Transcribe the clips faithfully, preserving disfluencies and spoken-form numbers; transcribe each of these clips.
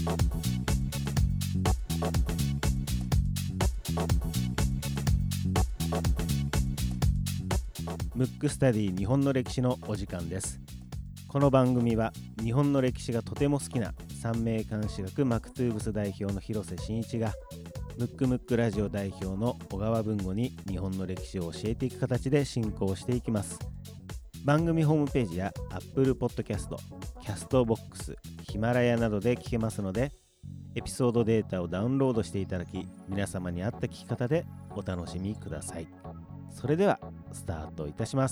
ムックスタディ日本の歴史のお時間です。この番組は日本の歴史がとても好きな三名監視学マクトゥーブス代表の広瀬真一がムックムックラジオ代表の小川文吾に日本の歴史を教えていく形で進行していきます。番組ホームページや Apple Podcast、Castbox、ヒマラヤなどで聞けますので、エピソードデータをダウンロードしていただき、皆様に合った聞き方でお楽しみください。それではスタートいたします。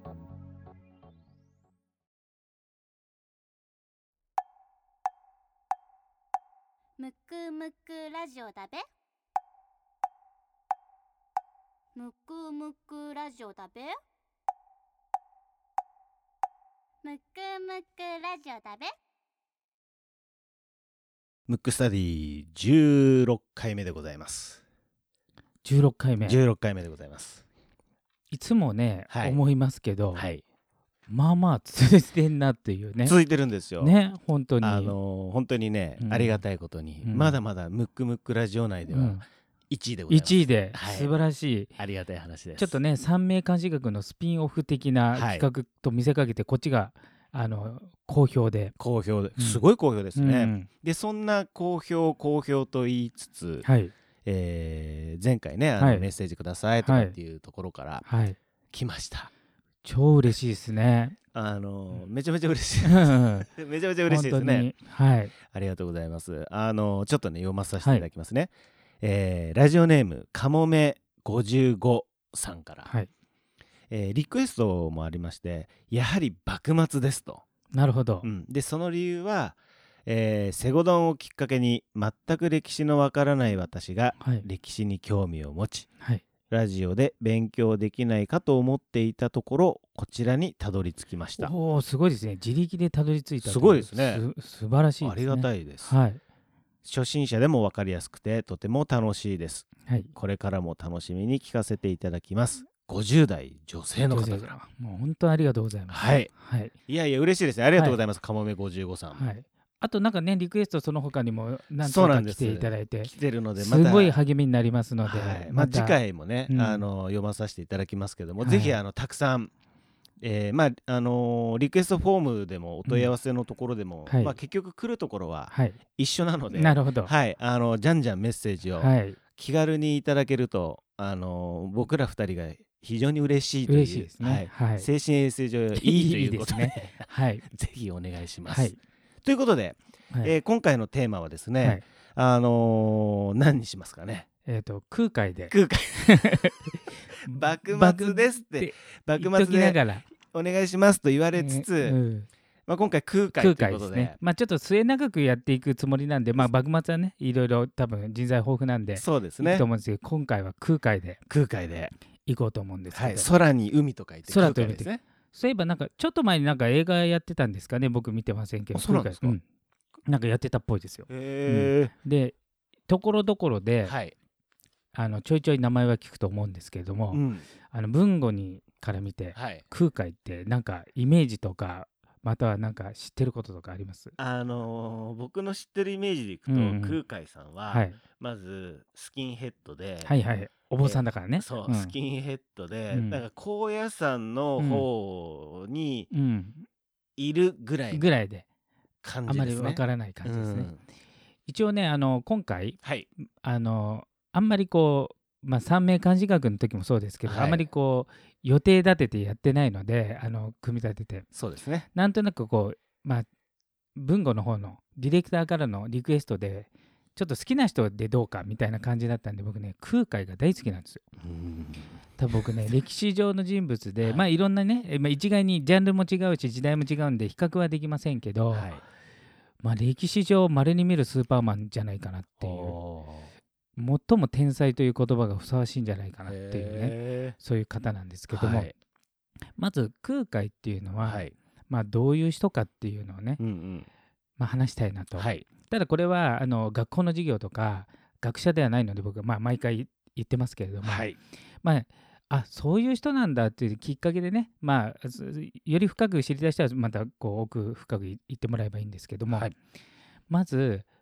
むくむくラジオだべ。むくむくラジオだべ。むくむくラジオだべ。 ムックスタディじゅうろっかいめでございます。 じゅうろっかいめ。 じゅうろっかいめでございます。 いつもね、 はい、 思いますけど、 はい、 まあまあ続いてんなっていうね。 続いてるんですよ。 ね、本当に。 あのー、本当にね、うん、ありがたいことに、うん、まだまだムックムックラジオ内ではいちいでございます。 いちいで、 はい、 素晴らしい。 ありがたい話です。 ちょっとね、三名監視学のスピンオフ的な企画と見せかけて、はい、こっちがあの好評で。 好評で、すごい好評ですね。 うん、 で、そんな好評好評と言いつつ、 はい、 えー、前回ね、あの、はい、メッセージくださいとかっていうところから、はい、来ました。 超嬉しいですね。 あのめちゃめちゃ嬉しいですめちゃめちゃ嬉しいですね。 はい、 ありがとうございます。あのちょっとね読まさせていただきますね。はい、えー、ラジオネームかもめごじゅうごさんから、はい、えー、リクエストもありまして、やはり幕末ですと。 なるほど。 うん、でその理由は、えー、セゴドンをきっかけに全く歴史のわからない私が歴史に興味を持ち、はい、ラジオで勉強できないかと思っていたところ、こちらにたどり着きました。 おー、すごいですね。自力でたどり着いた。 すごいですね。 す素晴らしいですね。 ありがたいです、 はい、 初心者でも分かりやすくてとても楽しいです、はい、これからも楽しみに聞かせていただきます。ごじゅう代女性の方から。 もう本当にありがとうございます。 はい、はい、いやいや嬉しいですね。ありがとうございます、はい、かもめごじゅうごさん。はい、 あとなんかね、リクエストその他にも何とか来ていただいて、 来てるので、またすごい励みになりますので、 はい、まあ、次回もね、うん、あの読まさせていただきますけども、はい、ぜひあのたくさん、えーまああのー、リクエストフォームでもお問い合わせのところでも、うん、まあ、結局来るところは一緒なので、はい、 なるほど、 はい、あのじゃんじゃんメッセージを気軽にいただけると、あのー、僕らふたりが非常に嬉しいという、 嬉しいですね、 はいはい、精神衛生上いいということで、ねはい、ぜひお願いします。はい、ということで、はい、えー、今回のテーマはですね、はい、あのー、何にしますかね。 えーと、空海で空海幕末ですって幕末でお願いしますと言われつつ、えーうんまあ、今回空海ということで、 ね、まあ、ちょっと末永くやっていくつもりなんで、まあ、幕末はねいろいろ多分人材豊富なんでそうですね、 いくと思うんですけど、今回は空海で空海で行こうと思うんですけど、はい、 空に海と書いて空海ですね。 そういえばなんかちょっと前になんか映画やってたんですかね。僕見てませんけど。 そうなんですか、うん、 なんかやってたっぽいですよ。 へー、 うん、でところどころで、 はい、 あのちょいちょい名前は聞くと思うんですけれども、うん、あの文語にから見て、はい、空海ってなんかイメージとかまたはなんか知ってることとかあります？ あのー、僕の知ってるイメージでいくと、うんうん、空海さんは、はい、まずスキンヘッドで、 はいはい、お坊さんだからね、えー、 そう、 うん、 スキンヘッドで、うん、なんか高野山の方にいるぐらいぐらいで感じですね。 あまりわからない感じですね、うん、一応ね、あの今回、はい、あのあんまりこう、まあ、三名監視学の時もそうですけど、はい、あんまりこう予定立ててやってないので、あの組み立てて、 そうですね、 なんとなくこう、まあ、文語の方のディレクターからのリクエストでちょっと好きな人でどうかみたいな感じだったんで、僕ね空海が大好きなんですよ。多分僕ね歴史上の人物で、はい、まあいろんなね、まあ、一概にジャンルも違うし時代も違うんで比較はできませんけど、はい、まあ、歴史上稀に見るスーパーマンじゃないかなっていう、最も天才という言葉がふさわしいんじゃないかなっていうね、そういう方なんですけども、はい、まず空海っていうのは、はい、まあ、どういう人かっていうのをね、うんうん、まあ、話したいなと、はい、ただこれはあの学校の授業とか学者ではないので僕はまあ毎回言ってますけれども、はい、まああそういう人なんだっていうきっかけでね、まあ、より深く知りたい人はまたこう奥深く言ってもらえばいいんですけども、はい、まず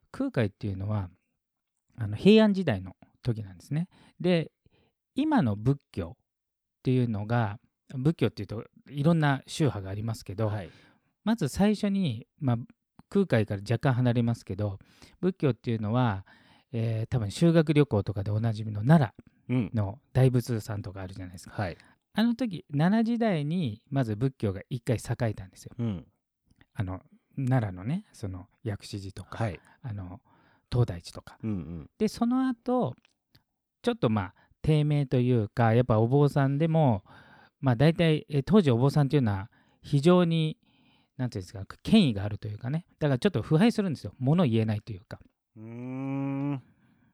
空海っていうのはあの平安時代の時なんですね。で今の仏教っていうのが、仏教っていうといろんな宗派がありますけど、 はい、 まず最初に、まあ、空海から若干離れますけど、仏教っていうのは、えー多分修学旅行とかでおなじみの奈うん良の大仏さんとかあるじゃないですか。 はいあの時奈良時代にまず仏教が一回栄えたんですよ。 うんあの奈良のね、その薬師寺とか、 はいあの東大寺とかうんうんで、その後ちょっとまあ低迷というか、やっぱお坊さんでもまあ大体え当時お坊さんっていうのは非常になんていうんですか、権威があるというかね、だからちょっと腐敗するんですよ、物言えないというか。 うーん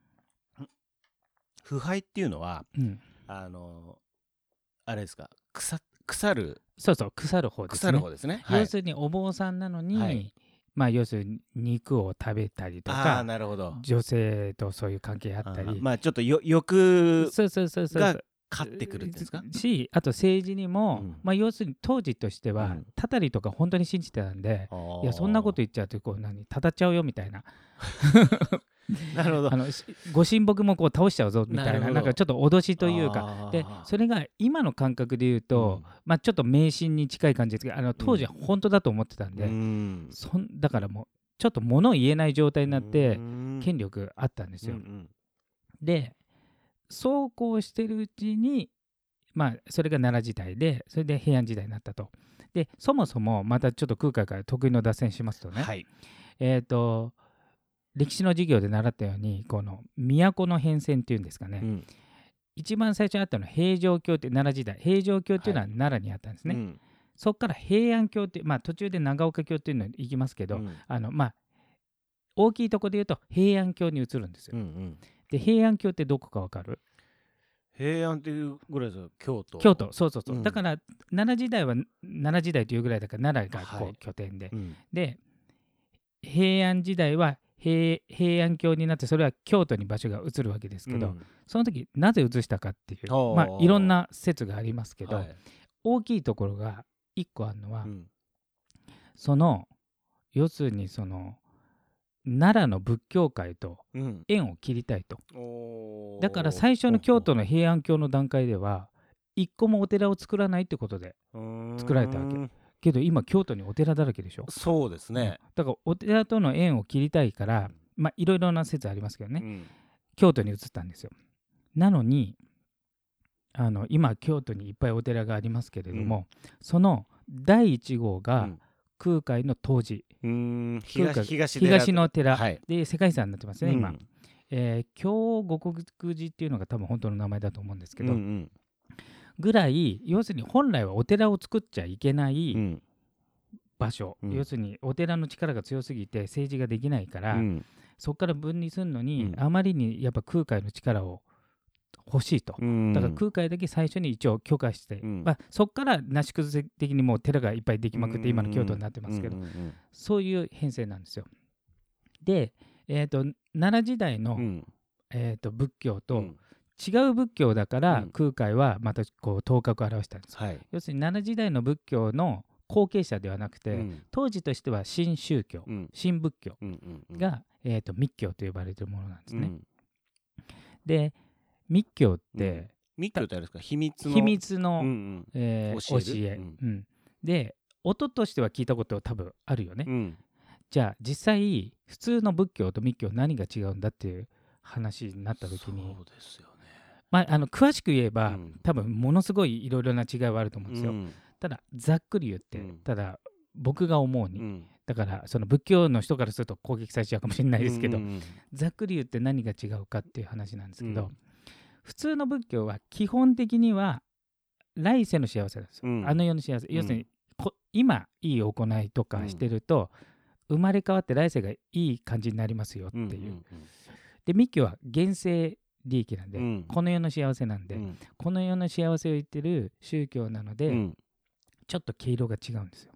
腐敗っていうのはうん、 あのあれですか、腐腐るそうそう、腐る方ですね。 腐る方ですね。はい要するにお坊さんなのに、 はいまあ要するに肉を食べたりとああか、 なるほど。 女性とそういう関係あったあーり、 まあちょっとよ欲そうそうそうそうが勝ってくるっていうんですか。 し、あと政治にも、 うんまあ要するに当時としては、 うんたたりとか本当に信じてたんで、いやそんなこと言っちゃうとこう何たたっちゃうよみたいななるほどあのしご神木もこう倒しちゃうぞみたないるほどな、なんかちょっと脅しというか、 あーでそれが今の感覚で言うと、まあちょっと迷信に近い感じですけど、あの当時は本当だと思ってたんで、 うんそんだからもうちょっと物を言えない状態になってうん権力あったんですよ。 うんうんでそうこうしてるうちに、まあそれが奈良時代で、それで平安時代になったと。でそもそもまたちょっと空海から得意の脱線しますとね、 はいえっ、と歴史の授業で習ったように、この都の変遷っていうんですかね、 うん一番最初にあったのは平城京って、奈良時代平城京っていうのははい奈良にあったんですね。 うんそこから平安京って、まあ途中で長岡京っていうのに行きますけど、 うんあのまあ大きいところで言うと平安京に移るんですよ。 うんうんで平安京ってどこかわかる？ 平安っていうぐらいですよ。京都京都、そうそうそう、 うんだから奈良時代は奈良時代というぐらいだから奈良がこうはい拠点で、 うんで平安時代は 平, 平安京になって、それは京都に場所が移るわけですけど、 うんその時なぜ移したかっていう、 おーまあいろんな説がありますけど、 はい大きいところがいっこあるのは、 うんその要するにその奈良の仏教界とうん縁を切りたいと。 おーだから最初の京都の平安京の段階では一個もお寺を作らないってことで作られたわけうーんけど、今京都にお寺だらけでしょ。 そうですね。 だからお寺との縁を切りたいから、まあいろいろな説ありますけどね、 うん京都に移ったんですよ。なのにあの今京都にいっぱいお寺がありますけれども、そのだいいち号うがん空海の当時、 うーん空海東東寺東の寺、 はいで世界遺産になってますね今、 うんえー京護国寺っていうのが多分本当の名前だと思うんですけど、 うんうんぐらい要するに本来はお寺を作っちゃいけないうん場所、 うん要するにお寺の力が強すぎて政治ができないから、 うんそこから分離するのに、 うんあまりにやっぱ空海の力を欲しいと、 うんだから空海だけ最初に一応許可して、 うんまあ、そこからなし崩せ的にもう寺がいっぱいできまくって今の京都になってますけど、 うんうんそういう編成なんですよ。で、えー、と奈良時代の、 うんえー、と仏教とうん違う仏教だから、 うん空海はまたこう頭角を現したんですよ。 はい要するに奈良時代の仏教の後継者ではなくて、 うん当時としては新宗教、 うん新仏教うんうんうんが、えー、と密教と呼ばれているものなんですね。 うんで密教っうんて密教ってあれですか、秘密の秘密の、 うんうんえー教教ええるうんうんで音としては聞いたこと多分あるよね。 うんじゃあ実際普通の仏教と密教何が違うんだっていう話になった時に、 そうですよね。 まあ、あの詳しく言えば、 うん多分ものすごいいろいろな違いはあると思うんですよ。 うんただざっくり言って、 うんただ僕が思うに、 うんだからその仏教の人からすると攻撃されちゃうかもしれないですけど、 うんうんざっくり言って何が違うかっていう話なんですけど、 うん普通の仏教は基本的には来世の幸せなんですよ、 うんあの世の幸せ、要するにこ今いい行いとかしてると、生まれ変わって来世がいい感じになりますよっていう、 うんうんで密教は現世利益なんで、 うんこの世の幸せなんで、 うんこの世の幸せを言ってる宗教なので、 うんちょっと毛色が違うんですよ。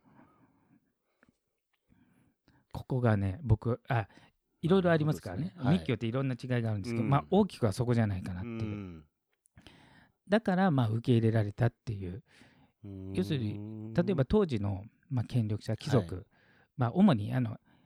ここがね、僕あいろいろありますからね、 なるほどですねはい密教っていろんな違いがあるんですけど、 うんまあ大きくはそこじゃないかなっていう、 うんだからまあ受け入れられたっていう、 うん要するに例えば当時の、まあ、権力者貴族、 はいまあ主にあの、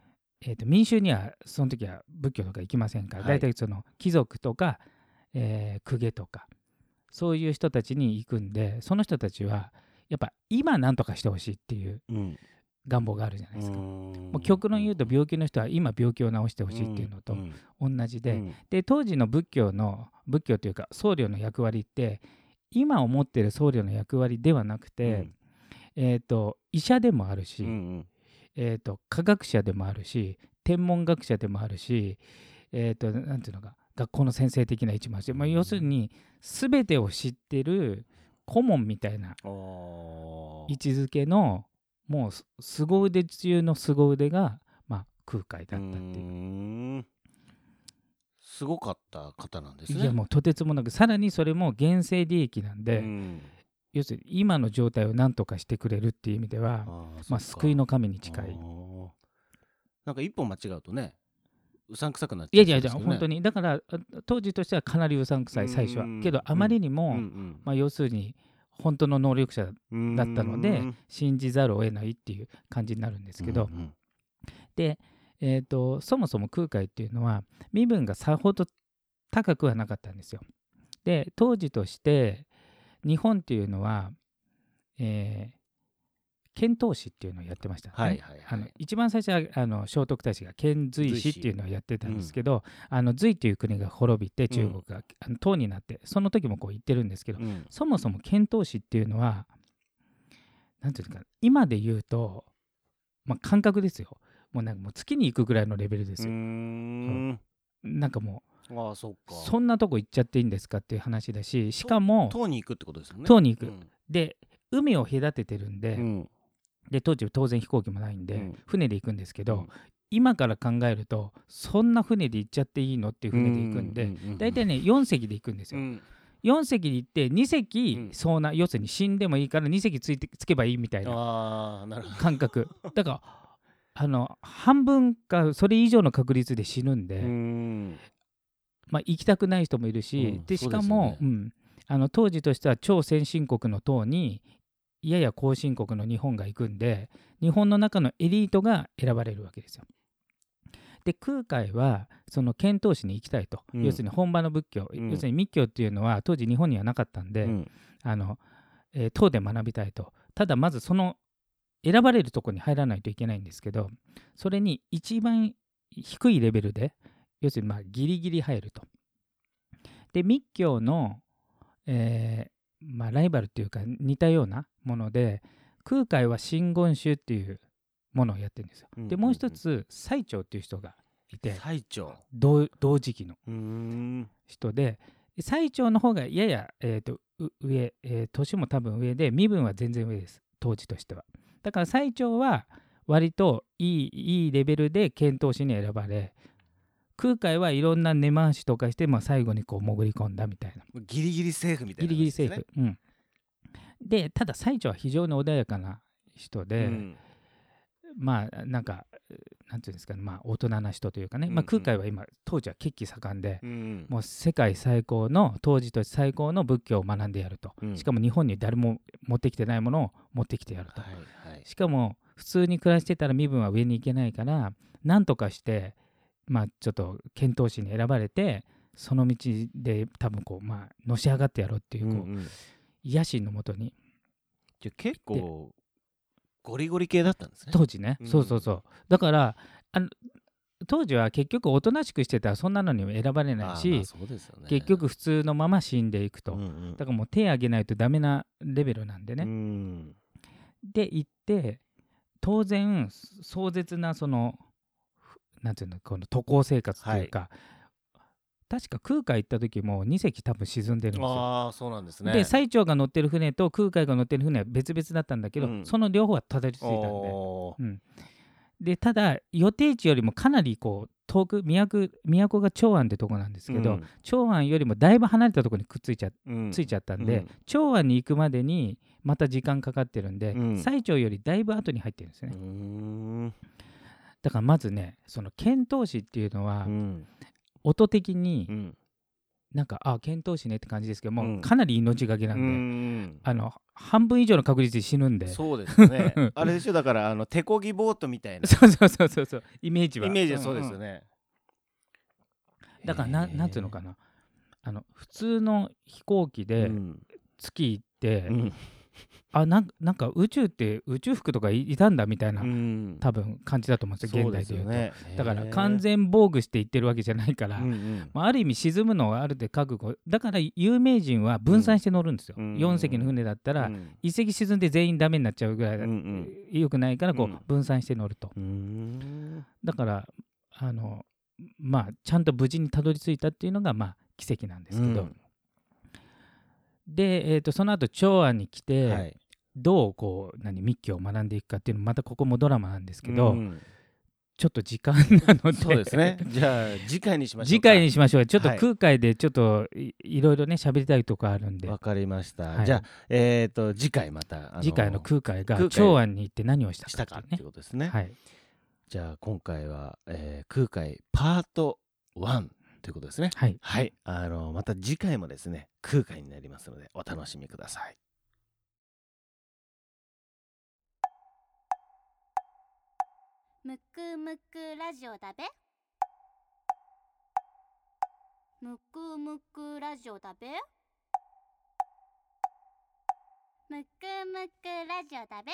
えー、と民衆にはその時は仏教とか行きませんから、 はい大体その貴族とか、えー公家とかそういう人たちに行くんで、その人たちはやっぱ今何とかしてほしいっていううん願望があるじゃないですか。 うーんもう極論言うと病気の人は今病気を治してほしいっていうのとん同じで、 うんで当時の仏教の仏教というか僧侶の役割って今思っている僧侶の役割ではなくて、 うんえー、と医者でもあるし、 うんうんえー、と科学者でもあるし天文学者でもあるし、えー、となんていうのか学校の先生的な位置もあるし、まあ、要するに全てを知ってる顧問みたいなあー位置づけのもうす凄腕中の凄腕が、まあ、空海だったっていう。 うーんすごかった方なんですね。 いやもうとてつもなく、さらにそれも現世利益なんで、 うん要するに今の状態を何とかしてくれるっていう意味では、 あーまあ、 そっか救いの神に近い。 あーなんか一本間違うとねうさんくさくなっちいやいやいやゃうそうですけどね本当にだからあ当時としてはかなりうさんくさい最初はうんけど、あまりにも、 うんうんまあ、要するに本当の能力者だったのでうん信じざるを得ないっていう感じになるんですけど、 うんうんで、えー、とそもそも空海っていうのは身分がさほど高くはなかったんですよ。で当時として日本っていうのは、えー遣唐使っていうのをやってましたね。 はいはいはいあの一番最初はあの聖徳太子が遣隋使っていうのをやってたんですけど、あの隋っていう国が滅びて中国が、あの唐になってその時もこう言ってるんですけど、 うんそもそも遣唐使っていうのはなんていうのかな、今で言うと、まあ、感覚ですよ。もうなんかもう月に行くぐらいのレベルですうーよ。 んなんかもああそっうかそんなとこ行っちゃっていいんですかっていう話だし、しかも唐に行くってことですよね。 唐に行くうんで海を隔ててるんで、 うんで当時当然飛行機もないんで、 うん船で行くんですけど、 うん今から考えるとそんな船で行っちゃっていいのっていう船で行くんで、大体ねよん隻で行くんですよ。 うんよん隻で行ってに隻うん遭難、要するに死んでもいいからに隻ついてつけばいいみたいなああなるほど感覚だからあの半分かそれ以上の確率で死ぬんで、 うーんまあ、行きたくない人もいるし、 うんでしかそうも、 ですよねうん、あの当時としては超先進国の党にやや後進国の日本が行くんで、日本の中のエリートが選ばれるわけですよ。で空海はその遣唐使に行きたいと、 うん要するに本場の仏教、 うん要するに密教っていうのは当時日本にはなかったんで、 うんあのえー唐で学びたいと。ただまずその選ばれるところに入らないといけないんですけど、それに一番低いレベルで、要するにまあギリギリ入ると。で密教の、えーまあ、ライバルっていうか似たようなもので、空海は真言宗っていうものをやってるんですよ。 うんでもう一つ最澄っていう人がいて、 最長同同時期のうーん人で、最澄の方がやや、えー、とう上、えー年も多分上で身分は全然上です当時としては。だから最澄は割といいいいレベルで遣唐使に選ばれ、空海はいろんな根回しとかして、まあ、最後にこう潜り込んだみたいな、 ギリギリセーフみたいなギリギリセー感じフ、うん、でただ最澄は非常に穏やかな人で、 ですねうんまあなんかなんていうんですかね、まあ大人な人というかね、 うんうんまあ、空海は今当時は血気盛んで、 うんもう世界最高の当時として最高の仏教を学んでやると、 うんしかも日本に誰も持ってきてないものを持ってきてやると、 はいはいしかも普通に暮らしてたら身分は上に行けないから、なんとかしてまあちょっと遣唐使に選ばれて、その道で多分こうまあのし上がってやろうっていうこう、 うんうん野心のもとにじゃあ結構ゴリゴリ系だったんですね。 当時ね、 うんそうそうそう、だからあの当時は結局おとなしくしてたらそんなのには選ばれあーまあないし、 そうですよね結局普通のまま死んでいくと、 うんうんだからもう手挙げないとダメなレベルなんでね、 うんで行って当然壮絶なそのなんていうのこの渡航生活というか、確か空海行った時もに隻多分沈んでるんですよ。 ああそうなんですね。 で最澄が乗ってる船と空海が乗ってる船は別々だったんだけど、 うんその両方はたどり着いたんで、 おーうん、でただ予定地よりもかなりこう遠く都都が長安ってとこなんですけど、 うん長安よりもだいぶ離れたところにくっついちゃうんついちゃったんで、 うん長安に行くまでにまた時間かかってるんで、 うん最澄よりだいぶ後に入ってるんですね、 うーんだからまずねその遣唐使っていうのはうん音的にうんなんかあ遣唐使ねって感じですけども、 うん、 かなり命がけなんで、 うんあの半分以上の確率で死ぬんで。 そうですねあれでしょ、だからあの手漕ぎボートみたいなそうそうそうそうそうイメージはイメージはそうですよね、 うんうん、だからななんていうのかな、あの普通の飛行機で月行って、うん、あなんなんか宇宙って宇宙服とか い, いたんだみたいな、うん、多分感じだと思うんですよ現代でいうと、ね、だから完全防具して言ってるわけじゃないから、うんうんまあ、ある意味沈むのはあるで覚悟だから有名人は分散して乗るんですよ、うん、よん隻の船だったら、うん、いっ隻沈んで全員ダメになっちゃうぐらい、うんうん、よくないからこう分散して乗ると、うん、だからあのまあちゃんと無事にたどり着いたっていうのがまあ奇跡なんですけど、うん、で、えーと、その後長安に来て、はい、どうこう何密教を学んでいくかっていうのもまたここもドラマなんですけど、うん、ちょっと時間なのでそうですねじゃあ次回にしましょうか次回にしましょうちょっと空海でちょっと い,、はい、いろいろね喋りたいとこあるんでわかりました、はい、じゃあ、えーと次回また、あのー、 次回の空海が長安に行って何をしたかっていう、ね、 したかっていうことですね、 はい、 じゃあ今回は、えー、空海パートワンということですね。 はい、 はい、あのまた次回もですね空海になりますのでお楽しみください。 むくむくラジオだべ。むくむくラジオだべ。むくむくラジオだべ。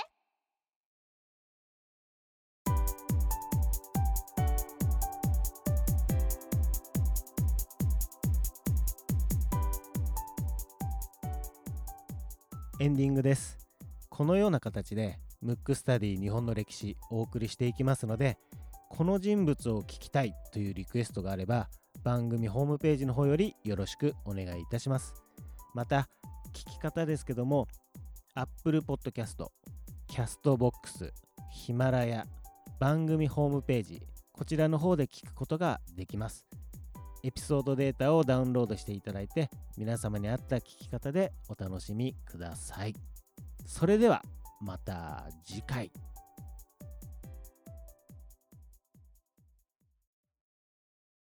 エンディングです。このような形でムックスタディ日本の歴史をお送りしていきますので、この人物を聞きたいというリクエストがあれば番組ホームページの方よりよろしくお願いいたします。また聞き方ですけども Apple Podcast、Castbox、ヒマラヤ、番組ホームページこちらの方で聞くことができます。エピソードデータをダウンロードしていただいて皆様に合った聞き方でお楽しみください。それではまた次回。